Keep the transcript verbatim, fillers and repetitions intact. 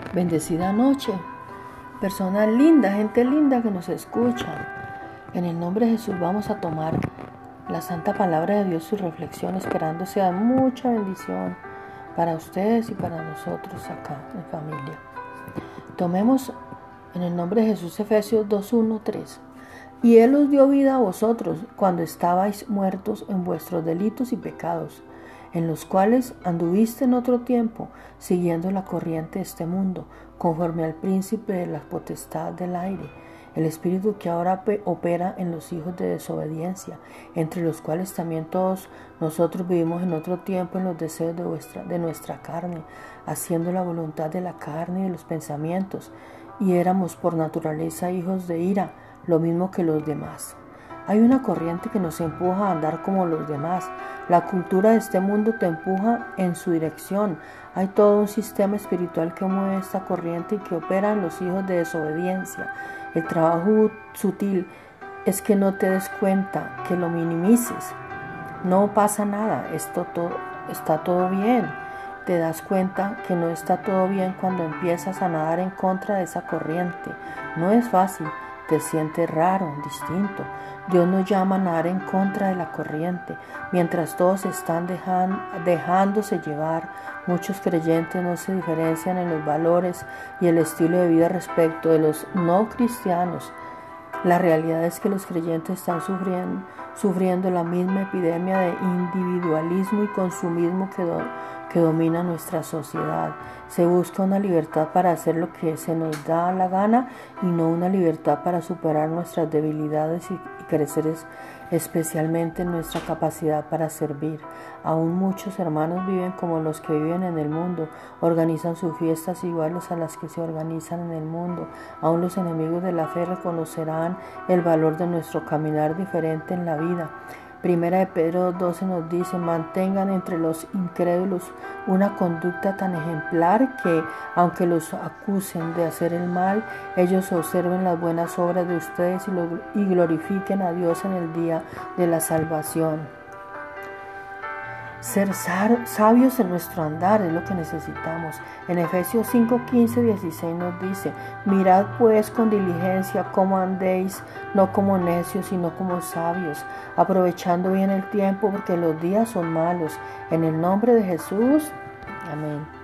Bendecida noche, personas lindas, gente linda que nos escucha. En el nombre de Jesús vamos a tomar la santa palabra de Dios, su reflexión, esperando sea mucha bendición para ustedes y para nosotros acá en familia. Tomemos en el nombre de Jesús Efesios dos, uno, tres. Y Él os dio vida a vosotros cuando estabais muertos en vuestros delitos y pecados, en los cuales anduviste en otro tiempo, siguiendo la corriente de este mundo, conforme al príncipe de la potestad del aire, el espíritu que ahora opera en los hijos de desobediencia, entre los cuales también todos nosotros vivimos en otro tiempo en los deseos de, vuestra, de nuestra carne, haciendo la voluntad de la carne y de los pensamientos, y éramos por naturaleza hijos de ira, lo mismo que los demás. Hay una corriente que nos empuja a andar como los demás. La cultura de este mundo te empuja en su dirección. Hay todo un sistema espiritual que mueve esta corriente y que opera en los hijos de desobediencia. El trabajo sutil es que no te des cuenta, que lo minimices. No pasa nada, esto todo, está todo bien. Te das cuenta que no está todo bien cuando empiezas a nadar en contra de esa corriente. No es fácil. Te sientes raro, distinto. Dios nos llama a nadar en contra de la corriente. Mientras todos están dejan, dejándose llevar, muchos creyentes no se diferencian en los valores y el estilo de vida respecto de los no cristianos. La realidad es que los creyentes están sufriendo, sufriendo la misma epidemia de individualismo y consumismo que, do, que domina nuestra sociedad. Se busca una libertad para hacer lo que se nos da la gana y no una libertad para superar nuestras debilidades y, y crecer es, especialmente en nuestra capacidad para servir. Aún muchos hermanos viven como los que viven en el mundo, organizan sus fiestas iguales a las que se organizan en el mundo. Aún los enemigos de la fe reconocerán el valor de nuestro caminar diferente en la vida. Primera de Pedro doce nos dice: mantengan entre los incrédulos una conducta tan ejemplar que, aunque los acusen de hacer el mal, ellos observen las buenas obras de ustedes y, lo, y glorifiquen a Dios en el día de la salvación. Ser sabios en nuestro andar es lo que necesitamos. En Efesios cinco, quince, dieciséis nos dice: mirad pues con diligencia cómo andéis, no como necios, sino como sabios, aprovechando bien el tiempo, porque los días son malos. En el nombre de Jesús, amén.